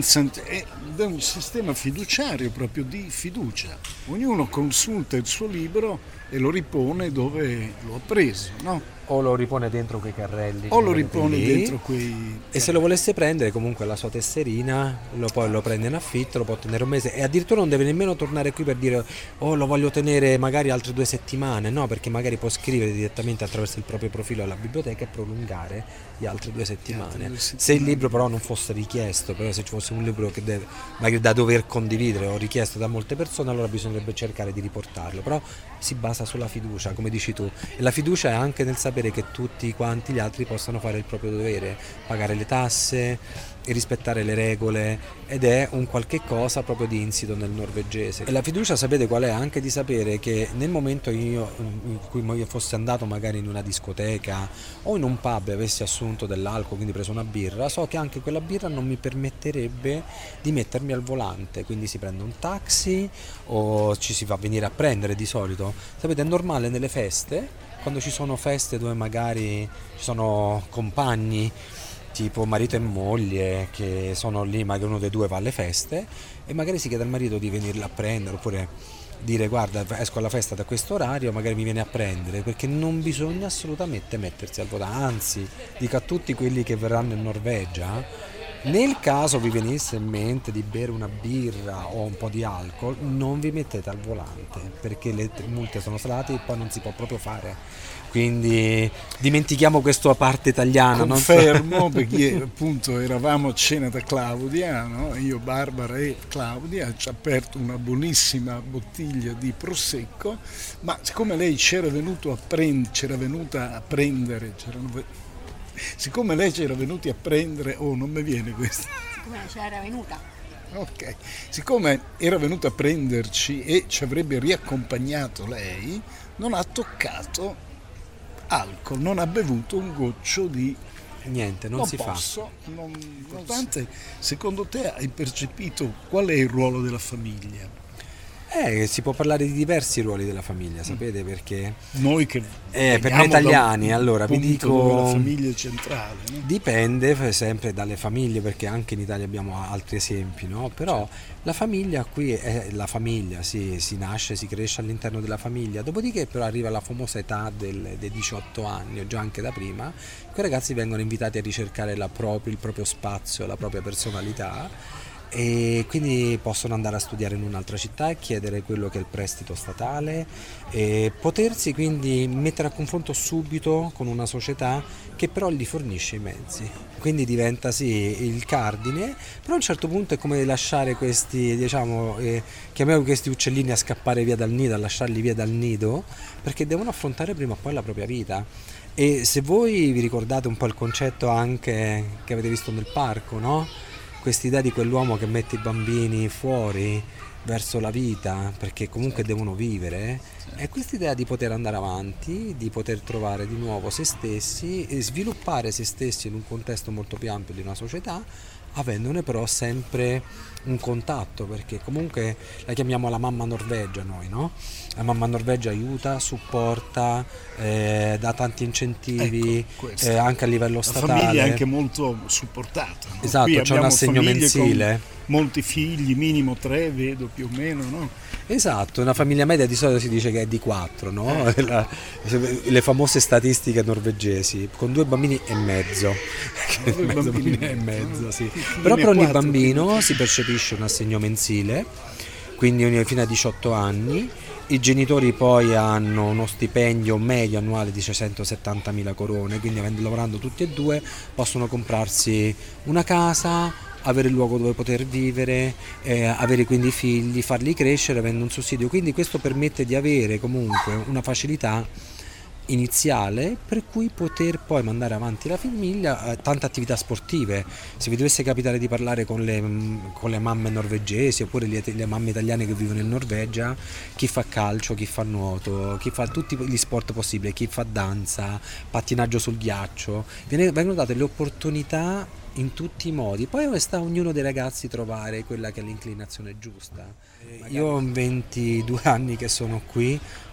è un sistema fiduciario, proprio di fiducia. Ognuno consulta il suo libro e lo ripone dove lo ha preso, no? o lo ripone dentro quei carrelli o lo ripone dentro quei... E se lo volesse prendere, comunque la sua tesserina poi lo prende in affitto, lo può tenere un mese e addirittura non deve nemmeno tornare qui per dire oh lo voglio tenere magari altre 2 settimane, no, perché magari può scrivere direttamente attraverso il proprio profilo alla biblioteca e prolungare di altre 2 settimane. Se il libro però non fosse richiesto, però se ci fosse un libro che magari da dover condividere o richiesto da molte persone, allora bisognerebbe cercare di riportarlo, però si basa sulla fiducia, come dici tu, e la fiducia è anche nel sapere che tutti quanti gli altri possano fare il proprio dovere, pagare le tasse e rispettare le regole, ed è un qualche cosa proprio di insito nel norvegese. E la fiducia, sapete qual è? Anche di sapere che nel momento in cui io fossi andato magari in una discoteca o in un pub e avessi assunto dell'alcol, quindi preso una birra, so che anche quella birra non mi permetterebbe di mettermi al volante, quindi si prende un taxi o ci si fa venire a prendere di solito. Sapete, è normale nelle feste, quando ci sono feste dove magari ci sono compagni tipo marito e moglie che sono lì, magari uno dei due va alle feste e magari si chiede al marito di venirla a prendere, oppure dire guarda esco alla festa da questo orario, magari mi viene a prendere, perché non bisogna assolutamente mettersi al volante. Anzi, dico a tutti quelli che verranno in Norvegia, nel caso vi venisse in mente di bere una birra o un po' di alcol, non vi mettete al volante, perché le multe sono salate e poi non si può proprio fare. Quindi dimentichiamo questa parte italiana. Confermo, perché appunto eravamo a cena da Claudia, no? Io, Barbara e Claudia, ci ha aperto una buonissima bottiglia di prosecco, ma siccome lei siccome lei c'era venuti a prendere, oh non mi viene questa. Come c'era venuta? Ok, siccome era venuta a prenderci e ci avrebbe riaccompagnato lei, non ha toccato alcol, non ha bevuto un goccio di... Niente, non si fa. Importante, secondo te hai percepito qual è il ruolo della famiglia? Si può parlare di diversi ruoli della famiglia, sapete, perché noi che per noi italiani, allora vi dico, la famiglia è centrale, no? Dipende sempre dalle famiglie, perché anche in Italia abbiamo altri esempi, no? Però la famiglia qui è la famiglia, si nasce, si cresce all'interno della famiglia, dopodiché però arriva la famosa età dei 18 anni o già anche da prima, quei ragazzi vengono invitati a ricercare il proprio spazio, la propria personalità, e quindi possono andare a studiare in un'altra città e chiedere quello che è il prestito statale e potersi quindi mettere a confronto subito con una società che però gli fornisce i mezzi, quindi diventa sì il cardine, però a un certo punto è come lasciare questi, diciamo, chiamiamo questi uccellini a scappare via dal nido, a lasciarli via dal nido, perché devono affrontare prima o poi la propria vita. E se voi vi ricordate un po' il concetto anche che avete visto nel parco, no? Quest'idea di quell'uomo che mette i bambini fuori verso la vita perché comunque devono vivere, è quest'idea di poter andare avanti, di poter trovare di nuovo se stessi e sviluppare se stessi in un contesto molto più ampio di una società, avendone però sempre un contatto, perché comunque la chiamiamo la mamma Norvegia noi, no? La mamma Norvegia aiuta, supporta, dà tanti incentivi, ecco, anche a livello statale. La famiglia è anche molto supportata, no? Esatto, c'è un assegno mensile. Molti figli, minimo 3 vedo più o meno, no? Esatto, una famiglia media di solito si dice che è di 4, no? Le famose statistiche norvegesi, con 2 bambini e mezzo. Sì. Però per ogni bambino si percepisce un assegno mensile, quindi fino a 18 anni. I genitori poi hanno uno stipendio medio annuale di 670.000 corone, quindi lavorando tutti e due possono comprarsi una casa, avere il luogo dove poter vivere, avere quindi figli, farli crescere avendo un sussidio, quindi questo permette di avere comunque una facilità iniziale per cui poter poi mandare avanti la famiglia, tante attività sportive. Se vi dovesse capitare di parlare con le mamme norvegesi oppure le mamme italiane che vivono in Norvegia, chi fa calcio, chi fa nuoto, chi fa tutti gli sport possibili, chi fa danza, pattinaggio sul ghiaccio, vengono date le opportunità in tutti i modi, poi sta a ognuno dei ragazzi trovare quella che è l'inclinazione giusta. Io ho 22 anni che sono qui,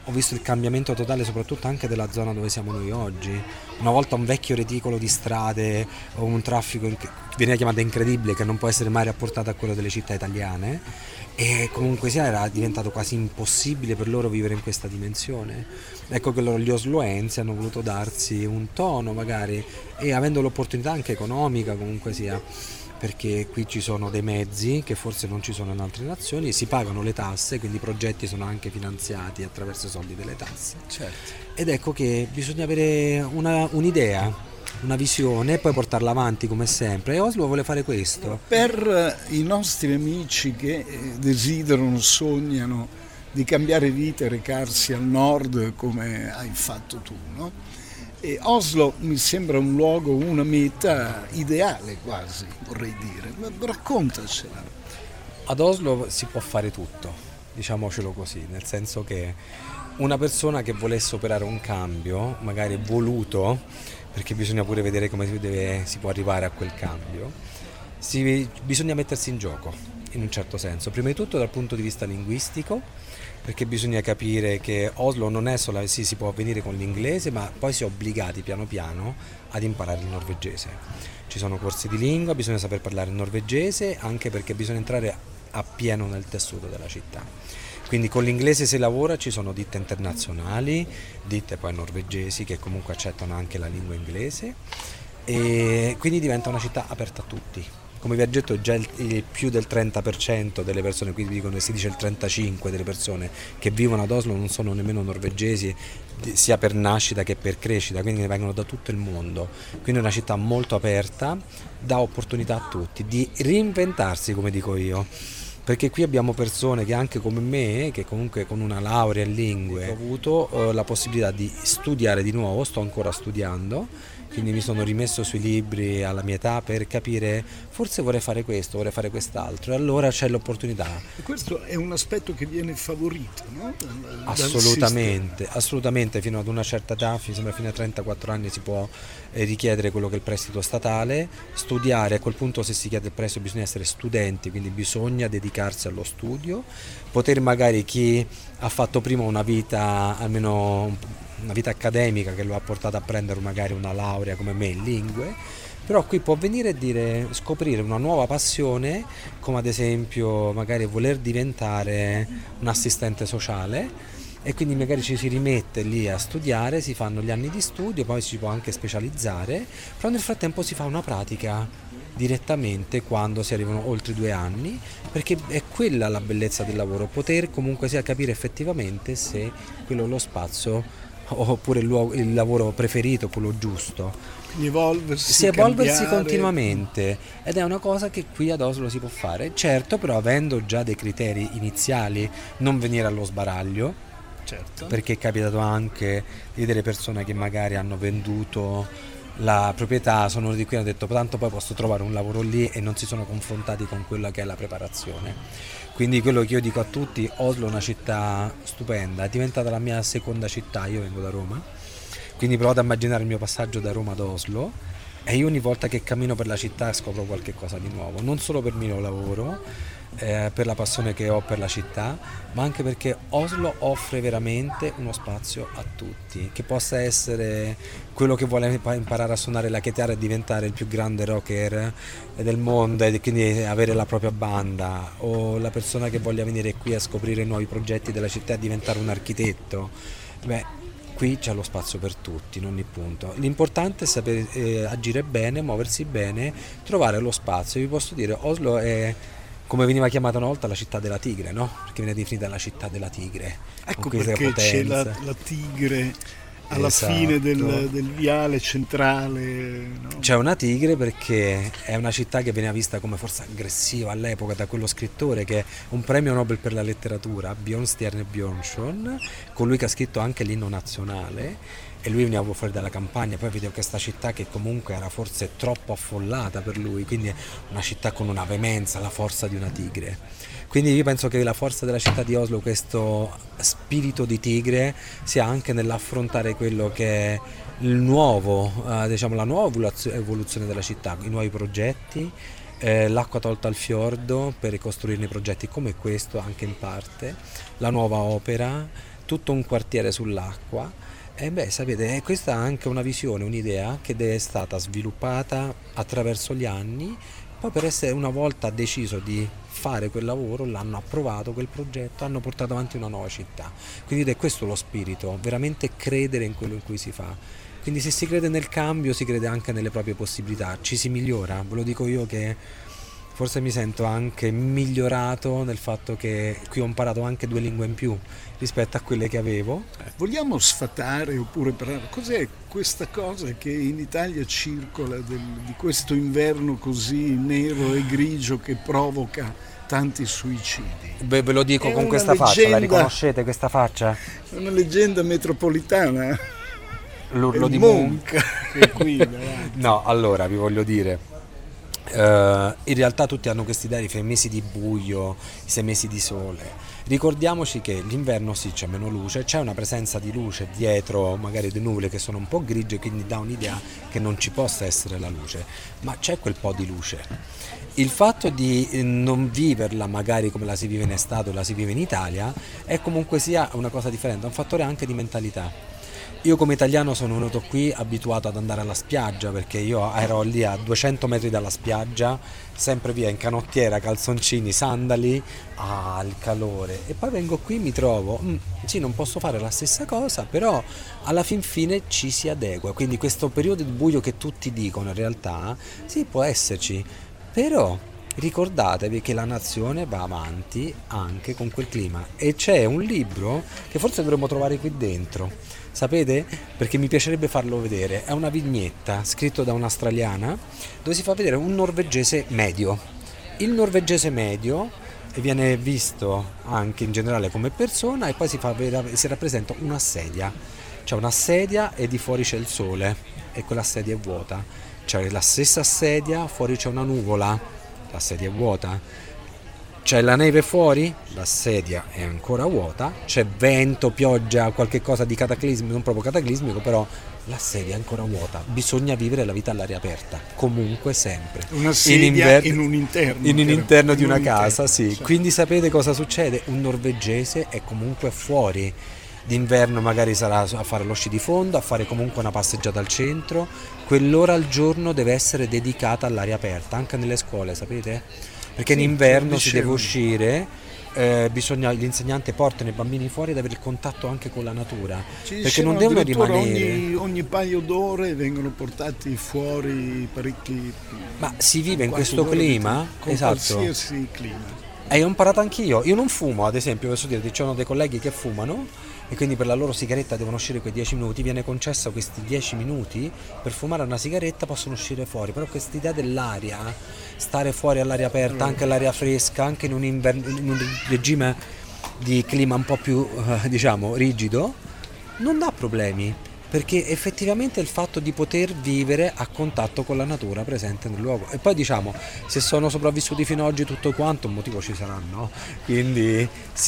ho visto il cambiamento totale soprattutto anche della zona dove siamo noi oggi. Una volta un vecchio reticolo di strade o un traffico che veniva chiamato incredibile, che non può essere mai rapportato a quello delle città italiane, e comunque sia era diventato quasi impossibile per loro vivere in questa dimensione. Ecco che gli osloensi hanno voluto darsi un tono magari, e avendo l'opportunità anche economica comunque sia, perché qui ci sono dei mezzi che forse non ci sono in altre nazioni, si pagano le tasse, quindi i progetti sono anche finanziati attraverso i soldi delle tasse. Certo. Ed ecco che bisogna avere un'idea, una visione e poi portarla avanti come sempre, e Oslo vuole fare questo. Per i nostri amici che desiderano, sognano di cambiare vita e recarsi al nord come hai fatto tu, no? E Oslo mi sembra un luogo, una meta ideale quasi, vorrei dire. Ma raccontacela. Ad Oslo si può fare tutto, diciamocelo così, nel senso che una persona che volesse operare un cambio, magari voluto, perché bisogna pure vedere come si può arrivare a quel cambio, bisogna mettersi in gioco, in un certo senso. Prima di tutto dal punto di vista linguistico, perché bisogna capire che Oslo non è solo, sì, si può venire con l'inglese, ma poi si è obbligati piano piano ad imparare il norvegese. Ci sono corsi di lingua, bisogna saper parlare il norvegese, anche perché bisogna entrare appieno nel tessuto della città. Quindi con l'inglese si lavora, ci sono ditte internazionali, ditte poi norvegesi che comunque accettano anche la lingua inglese, e quindi diventa una città aperta a tutti. Come vi ho detto, già più del 30% delle persone, qui dicono, si dice il 35% delle persone che vivono ad Oslo non sono nemmeno norvegesi, sia per nascita che per crescita, quindi vengono da tutto il mondo. Quindi è una città molto aperta, dà opportunità a tutti di reinventarsi, come dico io. Perché qui abbiamo persone che anche come me, che comunque con una laurea in lingue ho avuto la possibilità di studiare di nuovo, sto ancora studiando, quindi mi sono rimesso sui libri alla mia età per capire forse vorrei fare questo, vorrei fare quest'altro, e allora c'è l'opportunità. E questo è un aspetto che viene favorito, no? Assolutamente, fino ad una certa età, fino a 34 anni si può richiedere quello che è il prestito statale, studiare. A quel punto, se si chiede il prestito, bisogna essere studenti, quindi bisogna dedicarsi allo studio, poter magari chi ha fatto prima una vita, almeno una vita accademica che lo ha portato a prendere magari una laurea come me in lingue, però qui può venire e dire, scoprire una nuova passione, come ad esempio magari voler diventare un assistente sociale, e quindi magari ci si rimette lì a studiare, si fanno gli anni di studio, poi si può anche specializzare, però nel frattempo si fa una pratica direttamente quando si arrivano oltre 2 anni, perché è quella la bellezza del lavoro, poter comunque sia capire effettivamente se quello è lo spazio oppure il lavoro preferito, quello giusto. Evolversi continuamente, ed è una cosa che qui ad Oslo si può fare, certo, però avendo già dei criteri iniziali, non venire allo sbaraglio, certo. Perché è capitato anche di vedere persone che magari hanno venduto la proprietà, sono venuti qui e hanno detto tanto poi posso trovare un lavoro lì, e non si sono confrontati con quella che è la preparazione. Quindi quello che io dico a tutti, Oslo è una città stupenda, è diventata la mia seconda città, io vengo da Roma, quindi provate a immaginare il mio passaggio da Roma ad Oslo, e io ogni volta che cammino per la città scopro qualche cosa di nuovo, non solo per il mio lavoro, per la passione che ho per la città, ma anche perché Oslo offre veramente uno spazio a tutti, che possa essere quello che vuole imparare a suonare la chitarra e diventare il più grande rocker del mondo e quindi avere la propria banda, o la persona che voglia venire qui a scoprire nuovi progetti della città e diventare un architetto. Qui c'è lo spazio per tutti, in ogni punto. L'importante è sapere agire bene, muoversi bene, trovare lo spazio. Vi posso dire, Oslo è, come veniva chiamata una volta, la città della tigre, no? Perché viene definita la città della tigre. Ecco perché c'è la tigre alla fine del viale centrale, no? C'è una tigre perché è una città che veniva vista come forse aggressiva all'epoca da quello scrittore che è un premio Nobel per la letteratura, Bjørnstjerne Bjørnson, colui che ha scritto anche l'inno nazionale, e lui veniva fuori dalla campagna, poi vedevo questa città che comunque era forse troppo affollata per lui, quindi è una città con una veemenza, la forza di una tigre. Quindi io penso che la forza della città di Oslo, questo spirito di tigre, sia anche nell'affrontare quello che è il nuovo, diciamo la nuova evoluzione della città, i nuovi progetti, l'acqua tolta al fiordo per ricostruire progetti come questo anche in parte, la nuova opera, tutto un quartiere sull'acqua. E beh, sapete, questa è anche una visione, un'idea che è stata sviluppata attraverso gli anni. Poi per essere una volta deciso di fare quel lavoro, l'hanno approvato quel progetto, hanno portato avanti una nuova città. Quindi è questo lo spirito, veramente credere in quello in cui si fa. Quindi se si crede nel cambio, si crede anche nelle proprie possibilità, ci si migliora. Ve lo dico io che forse mi sento anche migliorato nel fatto che qui ho imparato anche 2 lingue in più rispetto a quelle che avevo. Vogliamo sfatare oppure parlare? Cos'è questa cosa che in Italia circola di questo inverno così nero e grigio che provoca tanti suicidi? Beh, ve lo dico È con una questa faccia, leggenda, la riconoscete questa faccia? è una leggenda metropolitana. L'urlo di Monk che è qui davanti. No, allora vi voglio dire, in realtà tutti hanno quest'idea di 6 mesi di buio, 6 mesi di sole. Ricordiamoci che l'inverno sì, c'è meno luce, c'è una presenza di luce dietro magari delle nuvole che sono un po' grigie, quindi dà un'idea che non ci possa essere la luce, ma c'è quel po' di luce. Il fatto di non viverla magari come la si vive in estate o la si vive in Italia è comunque sia una cosa differente, è un fattore anche di mentalità. Io come italiano sono venuto qui abituato ad andare alla spiaggia, perché io ero lì a 200 metri dalla spiaggia, sempre via in canottiera, calzoncini, sandali, il calore. E poi vengo qui e mi trovo, sì, non posso fare la stessa cosa, però alla fin fine ci si adegua. Quindi questo periodo di buio che tutti dicono in realtà, sì, può esserci, però ricordatevi che la nazione va avanti anche con quel clima. E c'è un libro che forse dovremmo trovare qui dentro. Sapete? Perché mi piacerebbe farlo vedere. È una vignetta scritto da un'australiana dove si fa vedere un norvegese medio. Il norvegese medio viene visto anche in generale come persona e poi si rappresenta una sedia. C'è una sedia e di fuori c'è il sole e quella sedia è vuota. C'è la stessa sedia, fuori c'è una nuvola, la sedia è vuota. C'è la neve fuori, la sedia è ancora vuota, c'è vento, pioggia, qualche cosa di cataclismico, non proprio cataclismico, però la sedia è ancora vuota. Bisogna vivere la vita all'aria aperta, comunque sempre. Una sedia in un interno. In un interno di una casa, interno, sì. Quindi sapete cosa succede? Un norvegese è comunque fuori. D'inverno magari sarà a fare lo sci di fondo, a fare comunque una passeggiata al centro. Quell'ora al giorno deve essere dedicata all'aria aperta, anche nelle scuole, sapete? Perché in inverno si deve uscire, l'insegnante porta i bambini fuori ad avere il contatto anche con la natura, perché non devono rimanere. Ogni paio d'ore vengono portati fuori parecchi. Ma si vive in questo clima, con esatto. Qualsiasi clima. E ho imparato anch'io. Io non fumo, ad esempio, posso dire, ci sono dei colleghi che fumano e quindi per la loro sigaretta devono uscire quei 10 minuti, viene concesso questi 10 minuti per fumare una sigaretta, possono uscire fuori, però quest'idea dell'aria, stare fuori all'aria aperta, anche all'aria fresca, anche in un regime di clima un po' più diciamo rigido, non dà problemi, perché effettivamente il fatto di poter vivere a contatto con la natura presente nel luogo. E poi diciamo, se sono sopravvissuti fino ad oggi tutto quanto, un motivo ci sarà, no? Quindi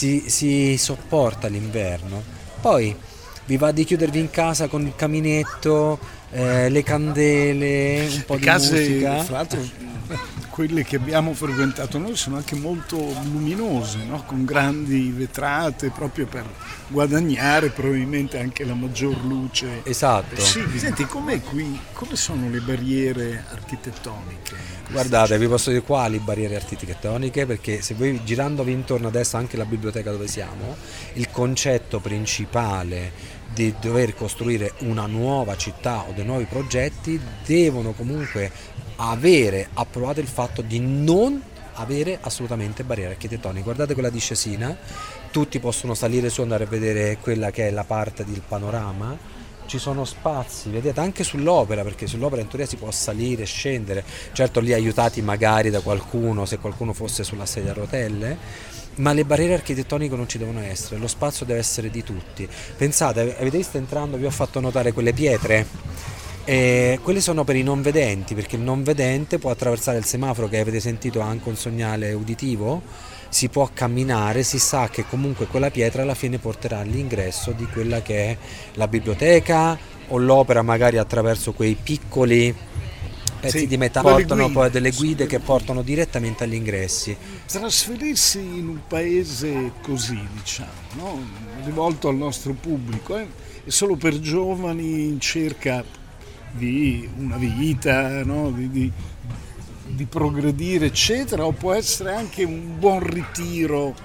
si sopporta l'inverno. Poi vi va di chiudervi in casa con il caminetto, le candele, un po' di musica. Fra l'altro, quelle che abbiamo frequentato noi sono anche molto luminose, no? Con grandi vetrate, proprio per guadagnare probabilmente anche la maggior luce. Esatto. Sì, senti, com'è qui? Come sono le barriere architettoniche? Guardate, vi posso dire quali barriere architettoniche, perché se voi girandovi intorno adesso anche la biblioteca dove siamo, il concetto principale di dover costruire una nuova città o dei nuovi progetti devono comunque avere approvato il fatto di non avere assolutamente barriere architettoniche. Guardate quella di Scesina, tutti possono salire su, andare a vedere quella che è la parte del panorama, ci sono spazi, vedete, anche sull'opera, perché sull'opera in teoria si può salire e scendere, certo lì aiutati magari da qualcuno, se qualcuno fosse sulla sedia a rotelle, ma le barriere architettoniche non ci devono essere, lo spazio deve essere di tutti. Pensate, avete visto entrando, vi ho fatto notare quelle pietre? Quelle sono per i non vedenti, perché il non vedente può attraversare il semaforo, che avete sentito ha anche un segnale uditivo, si può camminare, si sa che comunque quella pietra alla fine porterà all'ingresso di quella che è la biblioteca o l'opera, magari attraverso quei piccoli pezzi Sì, di metallo, portano poi delle guide che portano direttamente agli ingressi. Trasferirsi in un paese così, diciamo, no? Rivolto al nostro pubblico, è solo per giovani in cerca di una vita, no? Di progredire, eccetera, o può essere anche un buon ritiro?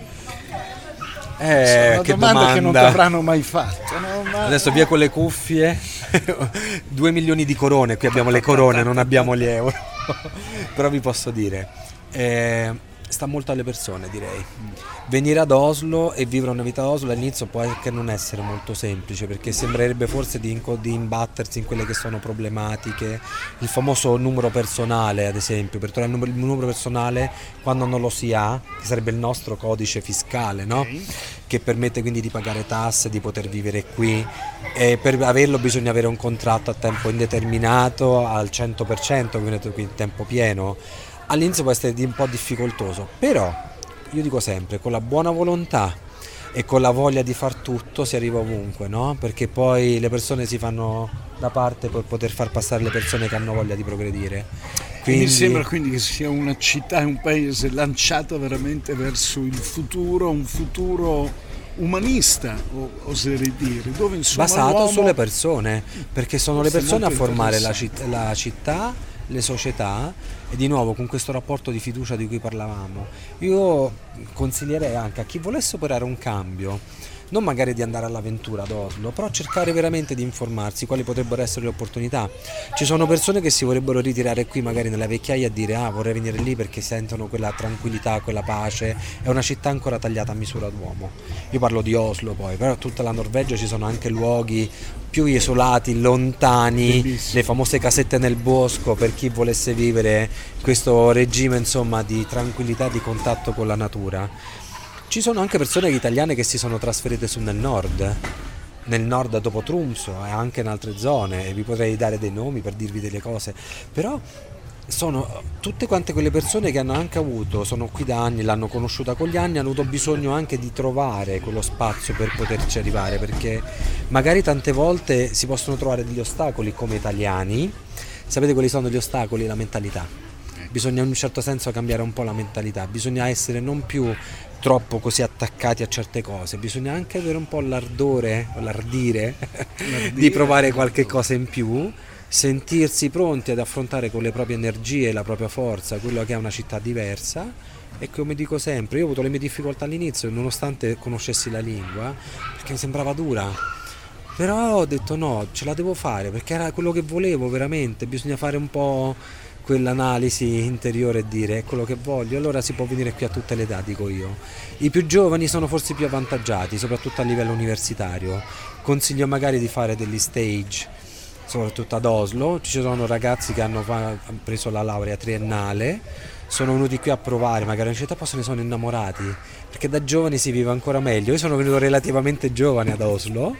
È una Che domanda che non ti domanda. avranno mai fatto, no? Adesso via con le cuffie, 2 milioni di corone, qui abbiamo le corone, non abbiamo gli euro, però vi posso dire, sta molto alle persone, direi. Venire ad Oslo e vivere una vita ad Oslo all'inizio può anche non essere molto semplice, perché sembrerebbe forse di imbattersi in quelle che sono problematiche, il famoso numero personale ad esempio, per trovare il numero personale quando non lo si ha, che sarebbe il nostro codice fiscale, no? Ok. Che permette quindi di pagare tasse, di poter vivere qui, e per averlo bisogna avere un contratto a tempo indeterminato al 100%, quindi in tempo pieno. All'inizio può essere un po' difficoltoso, però io dico sempre, con la buona volontà e con la voglia di far tutto si arriva ovunque, no? Perché poi le persone si fanno da parte per poter far passare le persone che hanno voglia di progredire. Mi sembra quindi che sia una città e un paese lanciato veramente verso il futuro, un futuro umanista, oserei dire, dove insomma basato l'uomo sulle persone, perché sono le Questo è persone a molto formare la interessante. città, le società, e di nuovo con questo rapporto di fiducia di cui parlavamo. Io consiglierei anche a chi volesse operare un cambio, non magari di andare all'avventura ad Oslo, però cercare veramente di informarsi quali potrebbero essere le opportunità. Ci sono persone che si vorrebbero ritirare qui magari nella vecchiaia e dire vorrei venire lì perché sentono quella tranquillità, quella pace, è una città ancora tagliata a misura d'uomo. Io parlo di Oslo poi, però tutta la Norvegia ci sono anche luoghi più isolati, lontani, Bellissimo. le famose casette nel bosco per chi volesse vivere questo regime insomma di tranquillità, di contatto con la natura. Ci sono anche persone italiane che si sono trasferite su nel nord dopo Tromsø e anche in altre zone, e vi potrei dare dei nomi per dirvi delle cose, però sono tutte quante quelle persone che hanno anche avuto, sono qui da anni, l'hanno conosciuta con gli anni, hanno avuto bisogno anche di trovare quello spazio per poterci arrivare, perché magari tante volte si possono trovare degli ostacoli come italiani. Sapete quali sono gli ostacoli? La mentalità. Bisogna in un certo senso cambiare un po' la mentalità, bisogna essere non più troppo così attaccati a certe cose, bisogna anche avere un po' l'ardire di provare qualche cosa in più, sentirsi pronti ad affrontare con le proprie energie e la propria forza quello che è una città diversa. E come dico sempre, io ho avuto le mie difficoltà all'inizio nonostante conoscessi la lingua, perché mi sembrava dura, però ho detto no, ce la devo fare perché era quello che volevo veramente. Bisogna fare un po' quell'analisi interiore e dire è quello che voglio, allora si può venire qui a tutte le età, dico io. I più giovani sono forse più avvantaggiati, soprattutto a livello universitario. Consiglio magari di fare degli stage, soprattutto ad Oslo. Ci sono ragazzi che hanno preso la laurea triennale, sono venuti qui a provare magari una città, poi se ne sono innamorati, perché da giovani si vive ancora meglio. Io sono venuto relativamente giovane ad Oslo,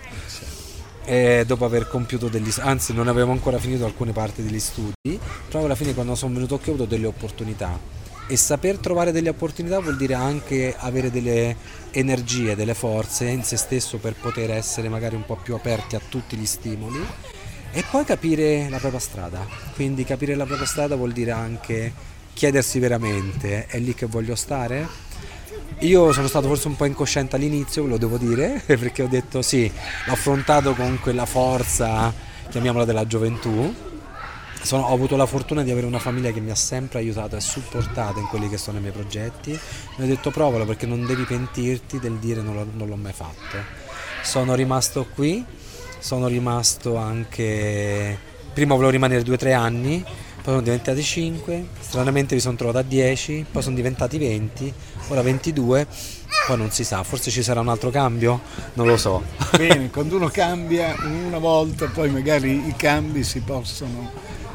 dopo aver compiuto anzi non avevo ancora finito alcune parti degli studi, però alla fine quando sono venuto qui ho avuto delle opportunità, e saper trovare delle opportunità vuol dire anche avere delle energie, delle forze in se stesso per poter essere magari un po' più aperti a tutti gli stimoli, e poi capire la propria strada. Quindi capire la propria strada vuol dire anche chiedersi veramente: è lì che voglio stare? Io sono stato forse un po' incosciente all'inizio, ve lo devo dire, perché ho detto sì, l'ho affrontato con quella forza, chiamiamola, della gioventù. Ho avuto la fortuna di avere una famiglia che mi ha sempre aiutato e supportato in quelli che sono i miei progetti. Mi ho detto provalo perché non devi pentirti del dire non l'ho mai fatto. Sono rimasto qui, sono rimasto anche... Prima volevo rimanere 2-3 anni, poi sono diventati 5, stranamente mi sono trovato a 10, poi sono diventati 20, ora 22, poi non si sa, forse ci sarà un altro cambio, non lo so. Bene, quando uno cambia una volta, poi magari i cambi si possono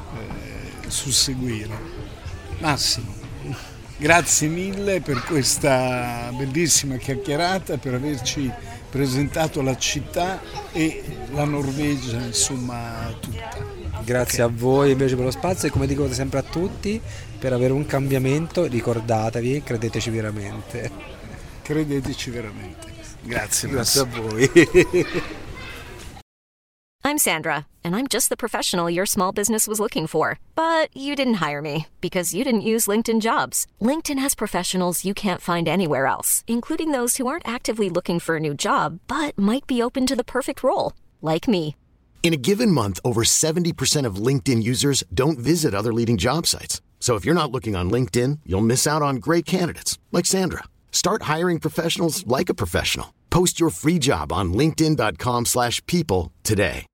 susseguire. Massimo, grazie mille per questa bellissima chiacchierata, per averci presentato la città e la Norvegia, insomma, tutta. Grazie a voi invece per lo spazio, e come dico sempre a tutti, per avere un cambiamento ricordatevi, credeteci veramente. Credeteci veramente. Grazie a voi. I'm Sandra, and I'm just the professional your small business was looking for. But you didn't hire me because you didn't use LinkedIn Jobs. LinkedIn has professionals you can't find anywhere else, including those who aren't actively looking for a new job, but might be open to the perfect role, like me. In a given month, over 70% of LinkedIn users don't visit other leading job sites. So if you're not looking on LinkedIn, you'll miss out on great candidates like Sandra. Start hiring professionals like a professional. Post your free job on linkedin.com/people today.